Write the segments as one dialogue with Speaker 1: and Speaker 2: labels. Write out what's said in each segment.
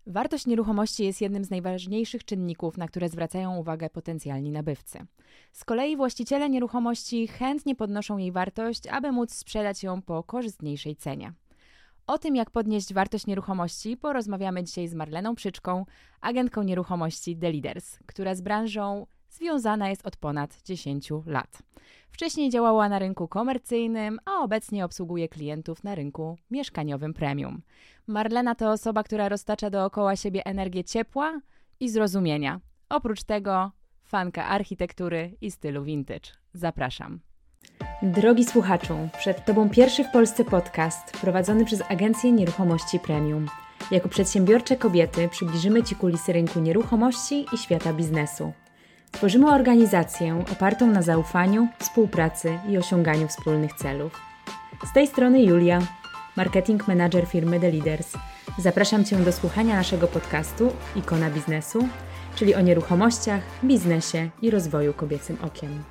Speaker 1: Wartość nieruchomości jest jednym z najważniejszych czynników, na które zwracają uwagę potencjalni nabywcy. Z kolei właściciele nieruchomości chętnie podnoszą jej wartość, aby móc sprzedać ją po korzystniejszej cenie. O tym, jak podnieść wartość nieruchomości, porozmawiamy dzisiaj z Marleną Przyczką, agentką nieruchomości The Leaders, która z branżą związana jest od ponad 10 lat. Wcześniej działała na rynku komercyjnym, a obecnie obsługuje klientów na rynku mieszkaniowym premium. Marlena to osoba, która roztacza dookoła siebie energię ciepła i zrozumienia. Oprócz tego fanka architektury i stylu vintage. Zapraszam. Drogi słuchaczu, przed Tobą pierwszy w Polsce podcast prowadzony przez Agencję Nieruchomości Premium. Jako przedsiębiorcze kobiety przybliżymy Ci kulisy rynku nieruchomości i świata biznesu. Tworzymy organizację opartą na zaufaniu, współpracy i osiąganiu wspólnych celów. Z tej strony Julia, marketing manager firmy The Leaders. Zapraszam Cię do słuchania naszego podcastu Ikona Biznesu, czyli o nieruchomościach, biznesie i rozwoju kobiecym okiem.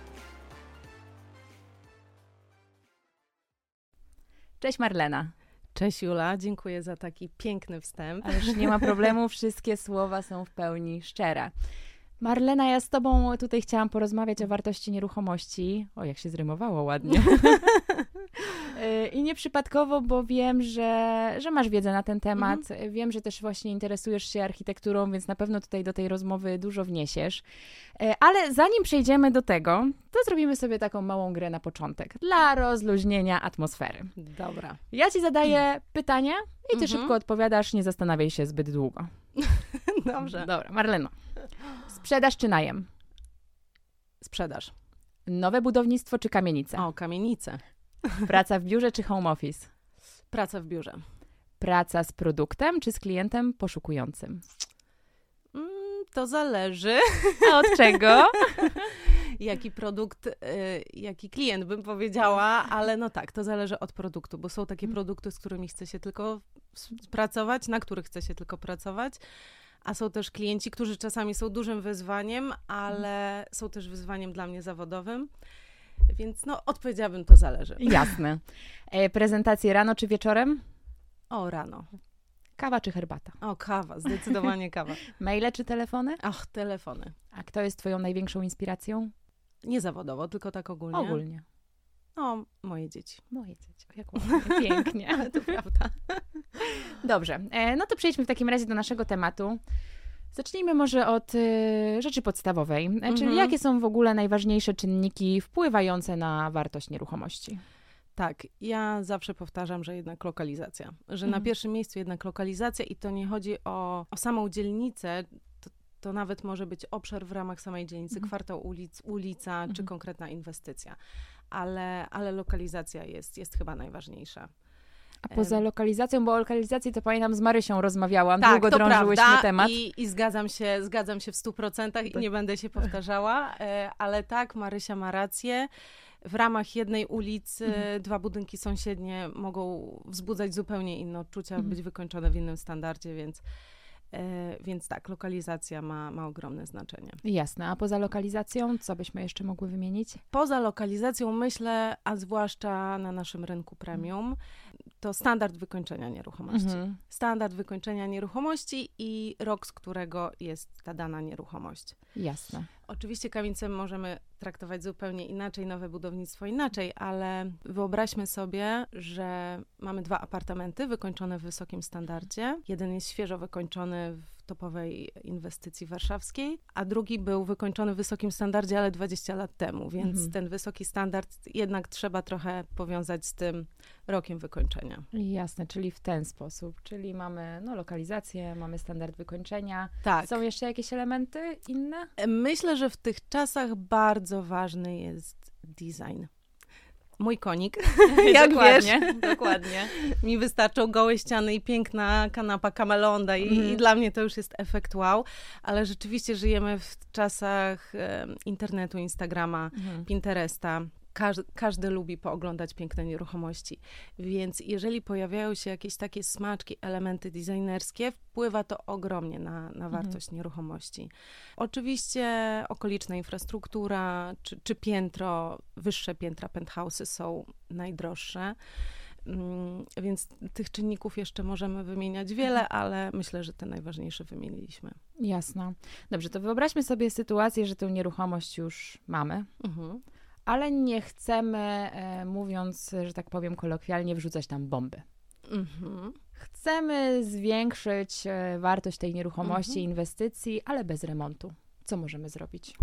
Speaker 1: Cześć Marlena.
Speaker 2: Cześć Jula, dziękuję za taki piękny wstęp.
Speaker 1: Ależ nie ma problemu, wszystkie słowa są w pełni szczere. Marlena, ja z Tobą tutaj chciałam porozmawiać o wartości nieruchomości. O, jak się zrymowało ładnie. I nieprzypadkowo, bo wiem, że masz wiedzę na ten temat. Wiem, że też właśnie interesujesz się architekturą, więc na pewno tutaj do tej rozmowy dużo wniesiesz. Ale zanim przejdziemy do tego, to zrobimy sobie taką małą grę na początek, dla rozluźnienia atmosfery.
Speaker 2: Dobra.
Speaker 1: Ja Ci zadaję pytanie i Ty szybko odpowiadasz, nie zastanawiaj się zbyt długo.
Speaker 2: Dobrze.
Speaker 1: Dobra, Marleno. Sprzedaż czy najem?
Speaker 2: Sprzedaż.
Speaker 1: Nowe budownictwo czy kamienice?
Speaker 2: O, kamienice.
Speaker 1: Praca w biurze czy home office?
Speaker 2: Praca w biurze.
Speaker 1: Praca z produktem czy z klientem poszukującym?
Speaker 2: To zależy.
Speaker 1: A od czego?
Speaker 2: Jaki produkt, jaki klient bym powiedziała, ale no tak, to zależy od produktu, bo są takie produkty, z którymi chce się tylko pracować, na których chce się tylko pracować, a są też klienci, którzy czasami są dużym wyzwaniem, ale są też wyzwaniem dla mnie zawodowym, więc no odpowiedziałabym, to zależy.
Speaker 1: Jasne. Prezentacje rano czy wieczorem?
Speaker 2: O, rano.
Speaker 1: Kawa czy herbata?
Speaker 2: O, kawa, zdecydowanie kawa.
Speaker 1: Maile czy telefony?
Speaker 2: Ach, telefony.
Speaker 1: A kto jest Twoją największą inspiracją?
Speaker 2: Nie zawodowo, tylko tak ogólnie.
Speaker 1: Ogólnie.
Speaker 2: O, moje dzieci.
Speaker 1: Moje dzieci. O, jak ładnie, pięknie.
Speaker 2: Ale to prawda.
Speaker 1: Dobrze, no to przejdźmy w takim razie do naszego tematu. Zacznijmy może od rzeczy podstawowej, czyli jakie są w ogóle najważniejsze czynniki wpływające na wartość nieruchomości?
Speaker 2: Tak, ja zawsze powtarzam, że jednak lokalizacja. Że na pierwszym miejscu jednak lokalizacja i to nie chodzi o samą dzielnicę, to nawet może być obszar w ramach samej dzielnicy, kwartał ulica czy konkretna inwestycja. Ale lokalizacja jest chyba najważniejsza.
Speaker 1: A poza lokalizacją, bo o lokalizacji to pamiętam z Marysią rozmawiałam,
Speaker 2: tak,
Speaker 1: długo
Speaker 2: to
Speaker 1: drążyłyśmy
Speaker 2: prawda.
Speaker 1: temat.
Speaker 2: I zgadzam się w 100% i nie będę się powtarzała, ale tak, Marysia ma rację. W ramach jednej ulicy dwa budynki sąsiednie mogą wzbudzać zupełnie inne odczucia, być wykończone w innym standardzie, więc tak, lokalizacja ma ogromne znaczenie.
Speaker 1: Jasne, a poza lokalizacją, co byśmy jeszcze mogły wymienić?
Speaker 2: Poza lokalizacją myślę, a zwłaszcza na naszym rynku premium, to standard wykończenia nieruchomości. Standard wykończenia nieruchomości i rok, z którego jest ta dana nieruchomość.
Speaker 1: Jasne.
Speaker 2: Oczywiście kamienicę możemy traktować zupełnie inaczej, nowe budownictwo inaczej, ale wyobraźmy sobie, że mamy 2 apartamenty wykończone w wysokim standardzie. Jeden jest świeżo wykończony w topowej inwestycji warszawskiej, a drugi był wykończony w wysokim standardzie, ale 20 lat temu, więc ten wysoki standard jednak trzeba trochę powiązać z tym rokiem wykończenia.
Speaker 1: Jasne, czyli w ten sposób. Czyli mamy lokalizację, mamy standard wykończenia.
Speaker 2: Tak.
Speaker 1: Są jeszcze jakieś elementy inne?
Speaker 2: Myślę, że w tych czasach bardzo ważny jest design. Mój konik, jak
Speaker 1: dokładnie,
Speaker 2: wiesz,
Speaker 1: dokładnie.
Speaker 2: Mi wystarczą gołe ściany i piękna kanapa Camelonda i dla mnie to już jest efekt wow, ale rzeczywiście żyjemy w czasach internetu, Instagrama, Pinteresta. Każdy lubi pooglądać piękne nieruchomości, więc jeżeli pojawiają się jakieś takie smaczki, elementy designerskie, wpływa to ogromnie na wartość nieruchomości. Oczywiście okoliczna infrastruktura czy piętro, wyższe piętra, penthouse'y są najdroższe. Więc tych czynników jeszcze możemy wymieniać wiele, ale myślę, że te najważniejsze wymieniliśmy.
Speaker 1: Jasno. Dobrze, to wyobraźmy sobie sytuację, że tę nieruchomość już mamy, ale nie chcemy, mówiąc, że tak powiem kolokwialnie, wrzucać tam bomby. Chcemy zwiększyć wartość tej nieruchomości, inwestycji, ale bez remontu. Co możemy zrobić?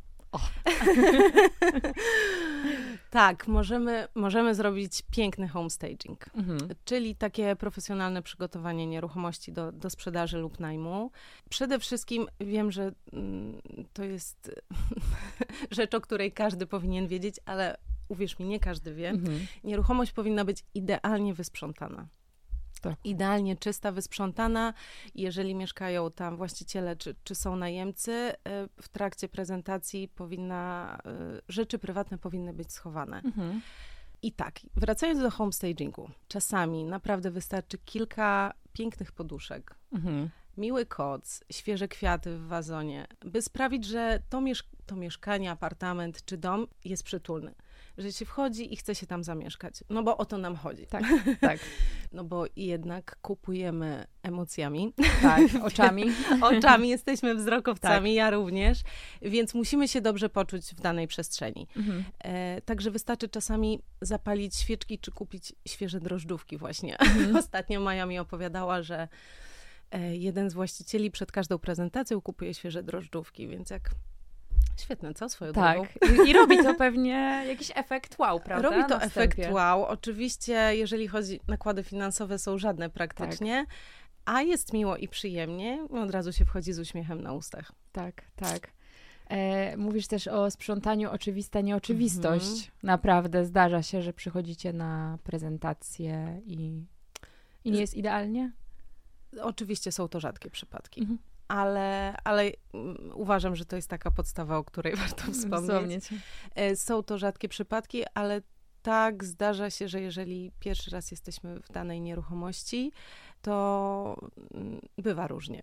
Speaker 2: Tak, możemy zrobić piękny homestaging, czyli takie profesjonalne przygotowanie nieruchomości do sprzedaży lub najmu. Przede wszystkim wiem, że to jest rzecz, o której każdy powinien wiedzieć, ale uwierz mi, nie każdy wie. Nieruchomość powinna być idealnie wysprzątana. Tak. Idealnie czysta, wysprzątana. Jeżeli mieszkają tam właściciele czy są najemcy, w trakcie prezentacji rzeczy prywatne powinny być schowane. I tak, wracając do homestagingu, czasami naprawdę wystarczy kilka pięknych poduszek, miły koc, świeże kwiaty w wazonie, by sprawić, że to mieszkanie, apartament czy dom jest przytulny. Że się wchodzi i chce się tam zamieszkać. No bo o to nam chodzi.
Speaker 1: Tak.
Speaker 2: No bo jednak kupujemy emocjami.
Speaker 1: Tak, oczami.
Speaker 2: Oczami, jesteśmy wzrokowcami, ja również. Więc musimy się dobrze poczuć w danej przestrzeni. Także wystarczy czasami zapalić świeczki, czy kupić świeże drożdżówki właśnie. Ostatnio Maja mi opowiadała, że jeden z właścicieli przed każdą prezentacją kupuje świeże drożdżówki, więc świetne, co? Swoją drogą.
Speaker 1: I robi to pewnie jakiś efekt wow, prawda?
Speaker 2: Robi to efekt wow. Oczywiście, jeżeli chodzi, nakłady finansowe są żadne praktycznie, a jest miło i przyjemnie, od razu się wchodzi z uśmiechem na ustach.
Speaker 1: Tak. Mówisz też o sprzątaniu, oczywista nieoczywistość. Naprawdę zdarza się, że przychodzicie na prezentację i nie jest idealnie?
Speaker 2: Oczywiście są to rzadkie przypadki. Ale uważam, że to jest taka podstawa, o której warto wspomnieć. Są to rzadkie przypadki, ale tak zdarza się, że jeżeli pierwszy raz jesteśmy w danej nieruchomości, to bywa różnie.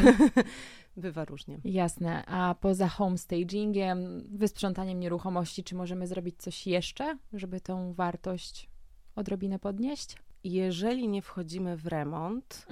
Speaker 2: Bywa różnie.
Speaker 1: Jasne. A poza homestagingiem, wysprzątaniem nieruchomości, czy możemy zrobić coś jeszcze, żeby tą wartość odrobinę podnieść?
Speaker 2: Jeżeli nie wchodzimy w remont,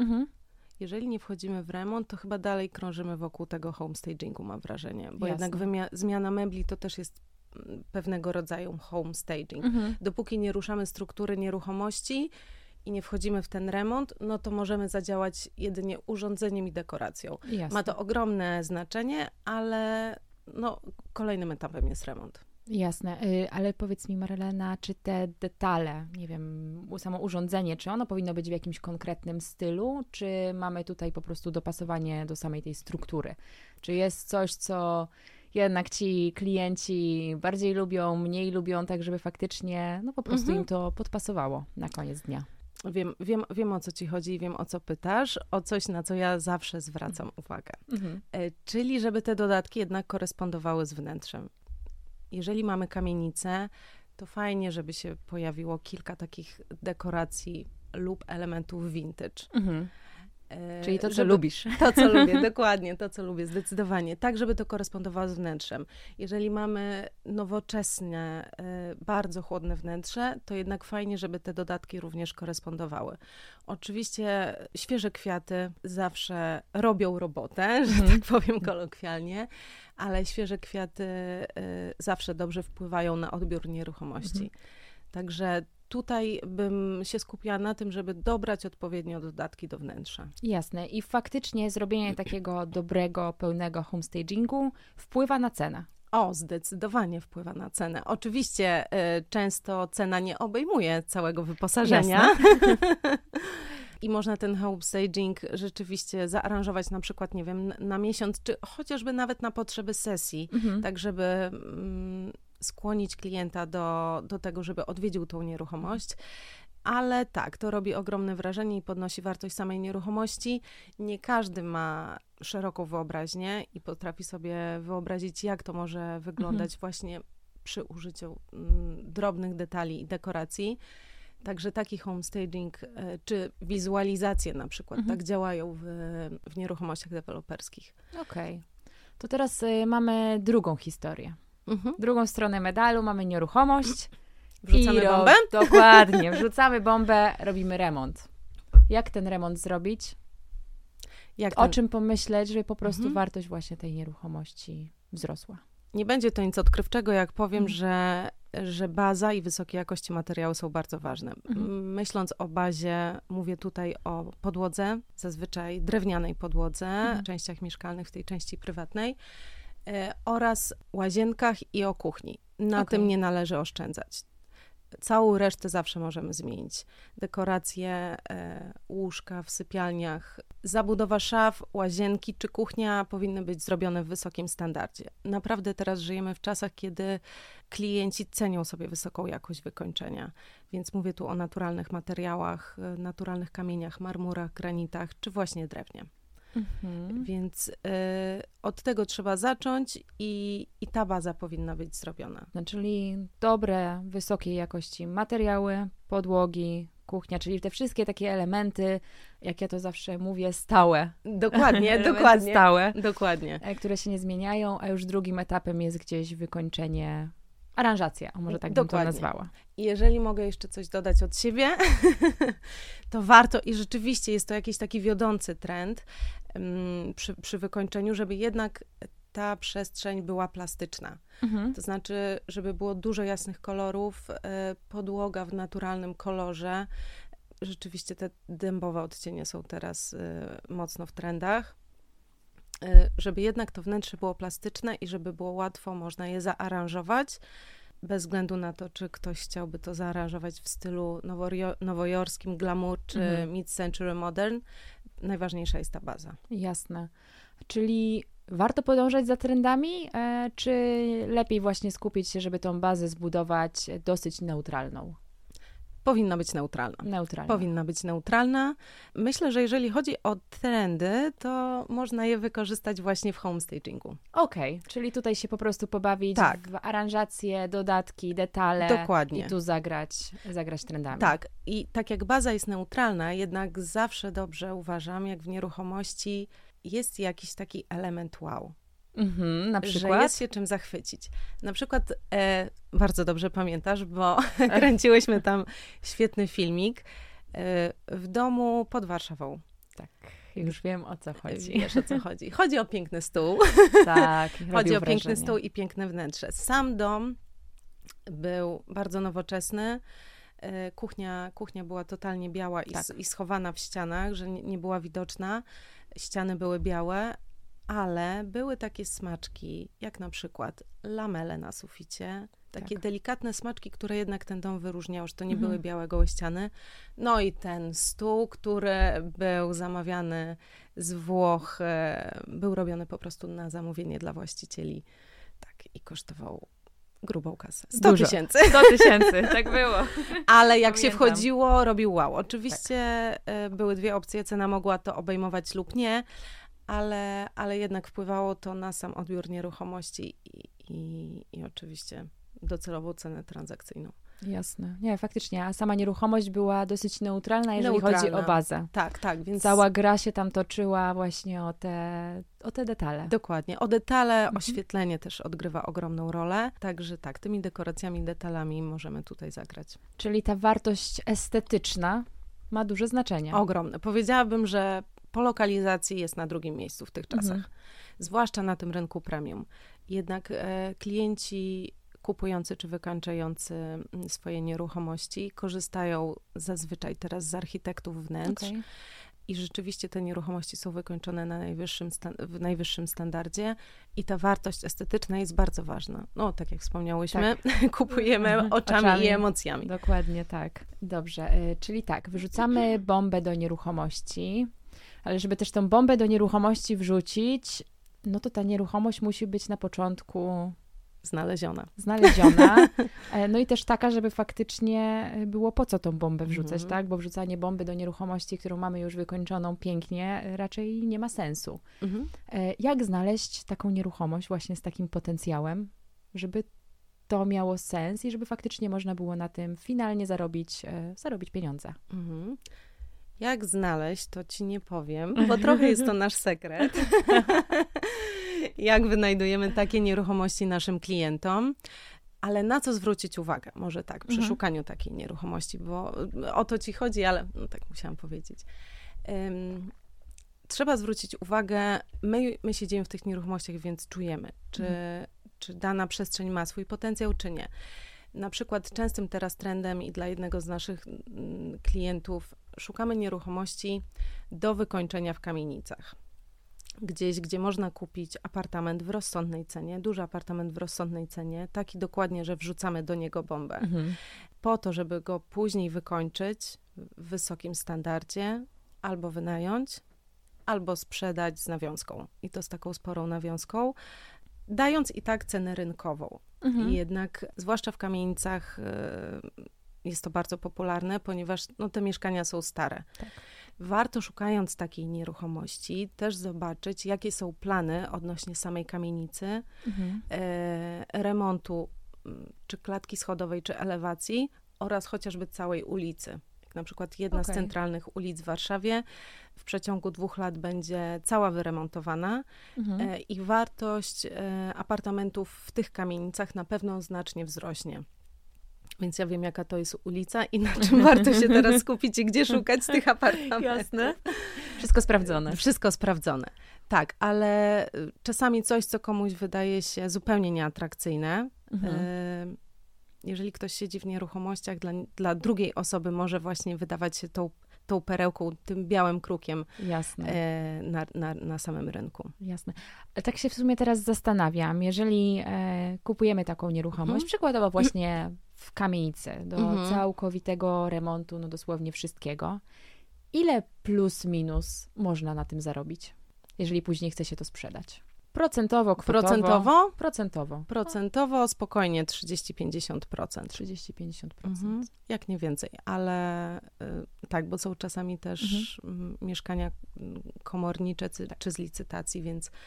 Speaker 2: to chyba dalej krążymy wokół tego homestagingu, mam wrażenie. Bo jednak zmiana mebli to też jest pewnego rodzaju homestaging. Dopóki nie ruszamy struktury nieruchomości i nie wchodzimy w ten remont, no to możemy zadziałać jedynie urządzeniem i dekoracją.
Speaker 1: Jasne.
Speaker 2: Ma to ogromne znaczenie, ale kolejnym etapem jest remont.
Speaker 1: Jasne, ale powiedz mi, Marylena, czy te detale, nie wiem, samo urządzenie, czy ono powinno być w jakimś konkretnym stylu, czy mamy tutaj po prostu dopasowanie do samej tej struktury? Czy jest coś, co jednak ci klienci bardziej lubią, mniej lubią, tak żeby faktycznie po prostu im to podpasowało na koniec dnia?
Speaker 2: Wiem, o co ci chodzi i wiem, o co pytasz. O coś, na co ja zawsze zwracam uwagę. Czyli żeby te dodatki jednak korespondowały z wnętrzem. Jeżeli mamy kamienicę, to fajnie, żeby się pojawiło kilka takich dekoracji lub elementów vintage.
Speaker 1: Czyli to, co lubisz.
Speaker 2: To, co lubię, dokładnie, to, co lubię, zdecydowanie. Tak, żeby to korespondowało z wnętrzem. Jeżeli mamy nowoczesne, bardzo chłodne wnętrze, to jednak fajnie, żeby te dodatki również korespondowały. Oczywiście świeże kwiaty zawsze robią robotę, że tak powiem kolokwialnie, ale świeże kwiaty zawsze dobrze wpływają na odbiór nieruchomości. Także tutaj bym się skupiała na tym, żeby dobrać odpowiednio dodatki do wnętrza.
Speaker 1: Jasne. I faktycznie zrobienie takiego dobrego, pełnego homestagingu wpływa na cenę.
Speaker 2: Zdecydowanie wpływa na cenę. Oczywiście często cena nie obejmuje całego wyposażenia. I można ten homestaging rzeczywiście zaaranżować na przykład, nie wiem, na miesiąc, czy chociażby nawet na potrzeby sesji, tak żeby skłonić klienta do tego, żeby odwiedził tą nieruchomość. Ale tak, to robi ogromne wrażenie i podnosi wartość samej nieruchomości. Nie każdy ma szeroką wyobraźnię i potrafi sobie wyobrazić, jak to może wyglądać właśnie przy użyciu drobnych detali i dekoracji. Także taki homestaging, czy wizualizacje na przykład, tak działają w nieruchomościach deweloperskich.
Speaker 1: Okej. To teraz mamy drugą historię. Drugą stronę medalu, mamy nieruchomość
Speaker 2: Wrzucamy bombę?
Speaker 1: Dokładnie, wrzucamy bombę, robimy remont. Jak ten remont zrobić? O czym pomyśleć, żeby po prostu wartość właśnie tej nieruchomości wzrosła?
Speaker 2: Nie będzie to nic odkrywczego, jak powiem, że baza i wysokiej jakości materiały są bardzo ważne. Myśląc o bazie, mówię tutaj o podłodze, zazwyczaj drewnianej podłodze, częściach mieszkalnych, w tej części prywatnej, oraz łazienkach i o kuchni. Na tym nie należy oszczędzać. Całą resztę zawsze możemy zmienić. Dekoracje, łóżka w sypialniach, zabudowa szaf, łazienki czy kuchnia powinny być zrobione w wysokim standardzie. Naprawdę teraz żyjemy w czasach, kiedy klienci cenią sobie wysoką jakość wykończenia. Więc mówię tu o naturalnych materiałach, naturalnych kamieniach, marmurach, granitach czy właśnie drewnie. Więc od tego trzeba zacząć i ta baza powinna być zrobiona.
Speaker 1: No, czyli dobre, wysokiej jakości materiały, podłogi, kuchnia, czyli te wszystkie takie elementy, jak ja to zawsze mówię, stałe.
Speaker 2: Dokładnie.
Speaker 1: Stałe,
Speaker 2: dokładnie.
Speaker 1: Które się nie zmieniają, a już drugim etapem jest gdzieś wykończenie, aranżacja, może tak bym to nazwała.
Speaker 2: I jeżeli mogę jeszcze coś dodać od siebie, to warto i rzeczywiście jest to jakiś taki wiodący trend przy wykończeniu, żeby jednak ta przestrzeń była plastyczna. To znaczy, żeby było dużo jasnych kolorów, podłoga w naturalnym kolorze. Rzeczywiście te dębowe odcienie są teraz mocno w trendach. Żeby jednak to wnętrze było plastyczne i żeby było łatwo można je zaaranżować, bez względu na to, czy ktoś chciałby to zaaranżować w stylu nowojorskim, glamour, czy mid-century modern. Najważniejsza jest ta baza.
Speaker 1: Jasne. Czyli warto podążać za trendami, czy lepiej właśnie skupić się, żeby tą bazę zbudować dosyć neutralną?
Speaker 2: Powinna być neutralna. Powinna być neutralna. Myślę, że jeżeli chodzi o trendy, to można je wykorzystać właśnie w homestagingu.
Speaker 1: Okej, czyli tutaj się po prostu pobawić w aranżację, dodatki, detale.
Speaker 2: Dokładnie.
Speaker 1: I tu zagrać trendami.
Speaker 2: Tak. I tak jak baza jest neutralna, jednak zawsze dobrze uważam, jak w nieruchomości jest jakiś taki element wow.
Speaker 1: Na przykład?
Speaker 2: Że jest się czym zachwycić. Na przykład, bardzo dobrze pamiętasz, bo kręciłyśmy tam świetny filmik w domu pod Warszawą.
Speaker 1: Tak, już wiem, o co chodzi.
Speaker 2: Wiesz, o co chodzi. Chodzi o piękny stół.
Speaker 1: Tak,
Speaker 2: chodzi o piękny stół i piękne wnętrze. Sam dom był bardzo nowoczesny. Kuchnia była totalnie biała i schowana w ścianach, że nie była widoczna. Ściany były białe, ale były takie smaczki, jak na przykład lamele na suficie, takie delikatne smaczki, które jednak ten dom wyróżniały, że to nie były białe gołe ściany. No i ten stół, który był zamawiany z Włoch, był robiony po prostu na zamówienie dla właścicieli. Tak, i kosztował grubą kasę. 100 tysięcy.
Speaker 1: 100 000, tak było.
Speaker 2: Ale jak się wchodziło, robił wow. Oczywiście były dwie opcje, cena mogła to obejmować lub nie, ale jednak wpływało to na sam odbiór nieruchomości i oczywiście docelową cenę transakcyjną.
Speaker 1: Jasne. Nie, faktycznie. A sama nieruchomość była dosyć neutralna, jeżeli chodzi o bazę.
Speaker 2: Tak. Więc
Speaker 1: cała gra się tam toczyła właśnie o te detale.
Speaker 2: Dokładnie. O detale, oświetlenie też odgrywa ogromną rolę. Także tak, tymi dekoracjami, detalami możemy tutaj zagrać.
Speaker 1: Czyli ta wartość estetyczna ma duże znaczenie.
Speaker 2: Ogromne. Powiedziałabym, że po lokalizacji jest na drugim miejscu w tych czasach. Zwłaszcza na tym rynku premium. Jednak klienci kupujący czy wykańczający swoje nieruchomości korzystają zazwyczaj teraz z architektów wnętrz. I rzeczywiście te nieruchomości są wykończone na w najwyższym standardzie i ta wartość estetyczna jest bardzo ważna. No, tak jak wspomniałyśmy, kupujemy oczami i emocjami.
Speaker 1: Dokładnie tak. Dobrze, czyli tak, wyrzucamy bombę do nieruchomości, ale żeby też tą bombę do nieruchomości wrzucić, no to ta nieruchomość musi być na początku
Speaker 2: znaleziona.
Speaker 1: No i też taka, żeby faktycznie było po co tą bombę wrzucać, tak? Bo wrzucanie bomby do nieruchomości, którą mamy już wykończoną pięknie, raczej nie ma sensu. Jak znaleźć taką nieruchomość właśnie z takim potencjałem, żeby to miało sens i żeby faktycznie można było na tym finalnie zarobić pieniądze?
Speaker 2: Jak znaleźć, to ci nie powiem, bo trochę jest to nasz sekret. Jak wynajdujemy takie nieruchomości naszym klientom. Ale na co zwrócić uwagę? Może tak, przy szukaniu takiej nieruchomości, bo o to ci chodzi, ale no tak musiałam powiedzieć. Trzeba zwrócić uwagę, my siedzimy w tych nieruchomościach, więc czujemy, czy dana przestrzeń ma swój potencjał, czy nie. Na przykład częstym teraz trendem i dla jednego z naszych klientów szukamy nieruchomości do wykończenia w kamienicach. Gdzieś, gdzie można kupić apartament w rozsądnej cenie, duży apartament w rozsądnej cenie, taki dokładnie, że wrzucamy do niego bombę. Po to, żeby go później wykończyć w wysokim standardzie, albo wynająć, albo sprzedać z nawiązką. I to z taką sporą nawiązką, dając i tak cenę rynkową. I jednak, zwłaszcza w kamienicach, jest to bardzo popularne, ponieważ te mieszkania są stare. Tak. Warto, szukając takiej nieruchomości, też zobaczyć, jakie są plany odnośnie samej kamienicy, remontu, czy klatki schodowej, czy elewacji, oraz chociażby całej ulicy. Jak na przykład jedna z centralnych ulic w Warszawie w przeciągu 2 lat będzie cała wyremontowana i wartość apartamentów w tych kamienicach na pewno znacznie wzrośnie. Więc ja wiem, jaka to jest ulica i na czym warto się teraz skupić i gdzie szukać z tych apartamentów.
Speaker 1: Jasne. Wszystko sprawdzone.
Speaker 2: Wszystko sprawdzone. Tak, ale czasami coś, co komuś wydaje się zupełnie nieatrakcyjne, jeżeli ktoś siedzi w nieruchomościach, dla drugiej osoby może właśnie wydawać się tą perełką, tym białym krukiem.
Speaker 1: Jasne.
Speaker 2: Na samym rynku.
Speaker 1: Jasne. Tak się w sumie teraz zastanawiam, jeżeli kupujemy taką nieruchomość, przykładowo właśnie w kamienicy, do całkowitego remontu, dosłownie wszystkiego, ile plus minus można na tym zarobić, jeżeli później chce się to sprzedać? Procentowo, kwotowo? Procentowo
Speaker 2: spokojnie 30-50%.
Speaker 1: 30-50%.
Speaker 2: Jak nie więcej, ale tak, bo są czasami też mieszkania komornicze czy z licytacji,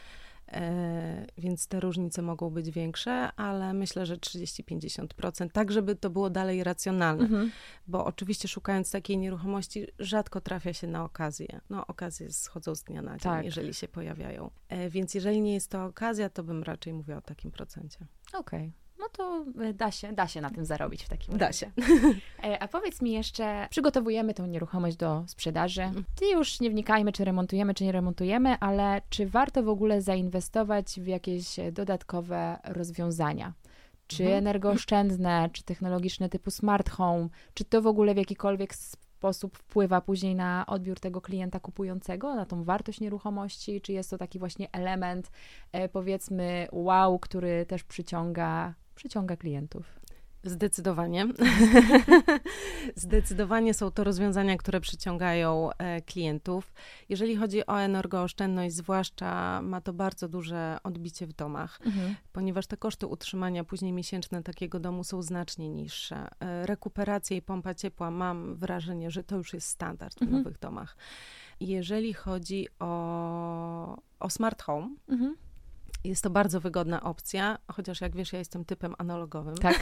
Speaker 2: więc te różnice mogą być większe, ale myślę, że 30-50%, tak żeby to było dalej racjonalne, bo oczywiście szukając takiej nieruchomości rzadko trafia się na okazję. Okazje schodzą z dnia na dzień, jeżeli się pojawiają. Więc jeżeli nie jest to okazja, to bym raczej mówiła o takim procencie.
Speaker 1: Okej. No to da się na tym zarobić w takim razie.
Speaker 2: Da się.
Speaker 1: A powiedz mi jeszcze, przygotowujemy tę nieruchomość do sprzedaży. Ty już nie wnikajmy, czy remontujemy, czy nie remontujemy, ale czy warto w ogóle zainwestować w jakieś dodatkowe rozwiązania? Czy energooszczędne, czy technologiczne typu smart home? Czy to w ogóle w jakikolwiek sposób wpływa później na odbiór tego klienta kupującego, na tą wartość nieruchomości? Czy jest to taki właśnie element, powiedzmy, wow, który też przyciąga klientów?
Speaker 2: Zdecydowanie. Zdecydowanie są to rozwiązania, które przyciągają klientów. Jeżeli chodzi o energooszczędność, zwłaszcza ma to bardzo duże odbicie w domach, ponieważ te koszty utrzymania później miesięczne takiego domu są znacznie niższe. Rekuperacja i pompa ciepła, mam wrażenie, że to już jest standard w nowych domach. Jeżeli chodzi o smart home, jest to bardzo wygodna opcja, chociaż jak wiesz, ja jestem typem analogowym.
Speaker 1: Tak.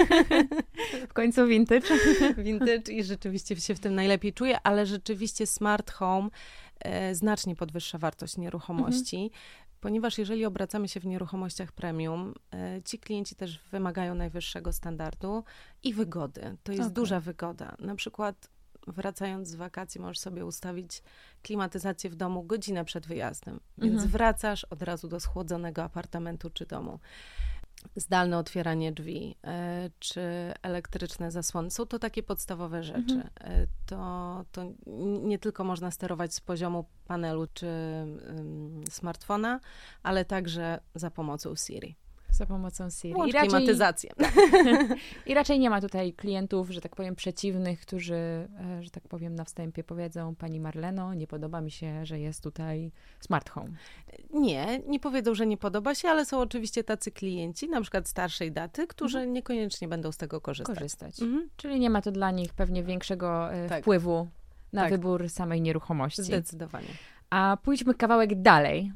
Speaker 1: W końcu vintage.
Speaker 2: Vintage i rzeczywiście się w tym najlepiej czuję, ale rzeczywiście smart home znacznie podwyższa wartość nieruchomości, ponieważ jeżeli obracamy się w nieruchomościach premium, ci klienci też wymagają najwyższego standardu i wygody. To jest duża wygoda. Na przykład wracając z wakacji, możesz sobie ustawić klimatyzację w domu godzinę przed wyjazdem, więc wracasz od razu do schłodzonego apartamentu czy domu. Zdalne otwieranie drzwi, czy elektryczne zasłony. Są to takie podstawowe rzeczy. To nie tylko można sterować z poziomu panelu czy smartfona, ale także za pomocą Siri.
Speaker 1: Za pomocą Siri.
Speaker 2: I klimatyzację.
Speaker 1: I raczej nie ma tutaj klientów, że tak powiem, przeciwnych, którzy, że tak powiem, na wstępie powiedzą: pani Marleno, nie podoba mi się, że jest tutaj smart home.
Speaker 2: Nie powiedzą, że nie podoba się, ale są oczywiście tacy klienci, na przykład starszej daty, którzy niekoniecznie będą z tego korzystać.
Speaker 1: Czyli nie ma to dla nich pewnie większego wpływu na wybór samej nieruchomości.
Speaker 2: Zdecydowanie.
Speaker 1: A pójdźmy kawałek dalej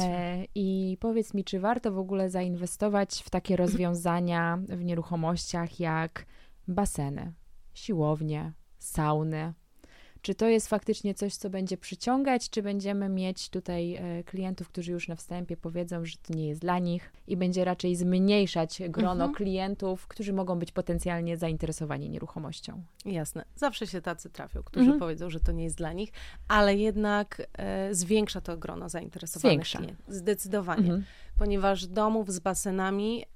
Speaker 1: i powiedz mi, czy warto w ogóle zainwestować w takie rozwiązania w nieruchomościach jak baseny, siłownie, sauny? Czy to jest faktycznie coś, co będzie przyciągać, czy będziemy mieć tutaj klientów, którzy już na wstępie powiedzą, że to nie jest dla nich i będzie raczej zmniejszać grono klientów, którzy mogą być potencjalnie zainteresowani nieruchomością?
Speaker 2: Jasne. Zawsze się tacy trafią, którzy powiedzą, że to nie jest dla nich, ale jednak zwiększa to grono zainteresowanych. Zdecydowanie. Ponieważ domów z basenami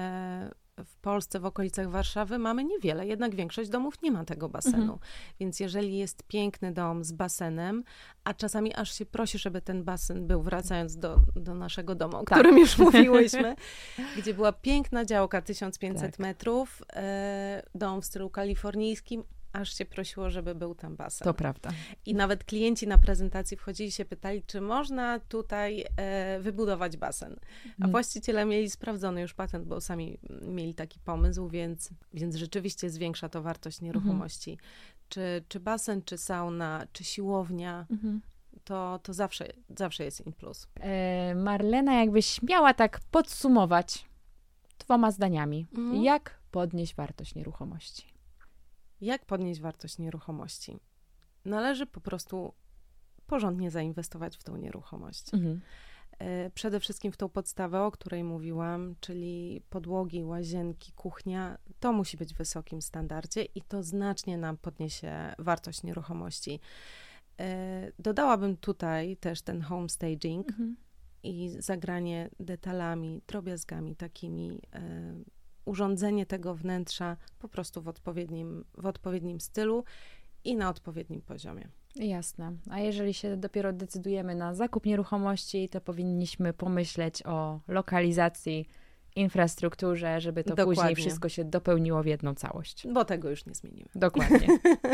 Speaker 2: w Polsce, w okolicach Warszawy mamy niewiele, jednak większość domów nie ma tego basenu. Więc jeżeli jest piękny dom z basenem, a czasami aż się prosi, żeby ten basen był, wracając do naszego domu, o którym już mówiłyśmy, gdzie była piękna działka, 1500 metrów, dom w stylu kalifornijskim, aż się prosiło, żeby był tam basen.
Speaker 1: To prawda.
Speaker 2: I nawet klienci na prezentacji wchodzili i się pytali, czy można tutaj wybudować basen. A właściciele mieli sprawdzony już patent, bo sami mieli taki pomysł, więc rzeczywiście zwiększa to wartość nieruchomości. Czy basen, czy sauna, czy siłownia, to zawsze jest in plus.
Speaker 1: Marlena, jakbyś miała tak podsumować 2 zdaniami, jak podnieść wartość nieruchomości?
Speaker 2: Jak podnieść wartość nieruchomości? Należy po prostu porządnie zainwestować w tą nieruchomość. Przede wszystkim w tą podstawę, o której mówiłam, czyli podłogi, łazienki, kuchnia, to musi być w wysokim standardzie i to znacznie nam podniesie wartość nieruchomości. Dodałabym tutaj też ten home staging i zagranie detalami, drobiazgami takimi, urządzenie tego wnętrza po prostu w odpowiednim stylu i na odpowiednim poziomie.
Speaker 1: Jasne. A jeżeli się dopiero decydujemy na zakup nieruchomości, to powinniśmy pomyśleć o lokalizacji, infrastrukturze, żeby to później wszystko się dopełniło w jedną całość.
Speaker 2: Bo tego już nie zmienimy.
Speaker 1: Dokładnie.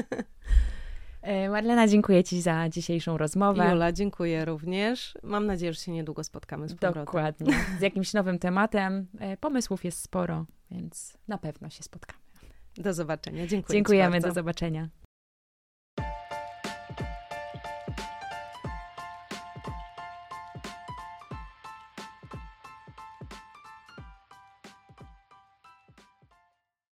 Speaker 1: Marlena, dziękuję Ci za dzisiejszą rozmowę.
Speaker 2: Jula, dziękuję również. Mam nadzieję, że się niedługo spotkamy z powrotem.
Speaker 1: Dokładnie. Z jakimś nowym tematem. Pomysłów jest sporo, więc na pewno się spotkamy.
Speaker 2: Do zobaczenia. Dziękuję
Speaker 1: Dziękujemy,
Speaker 2: Ci bardzo.
Speaker 1: Do zobaczenia.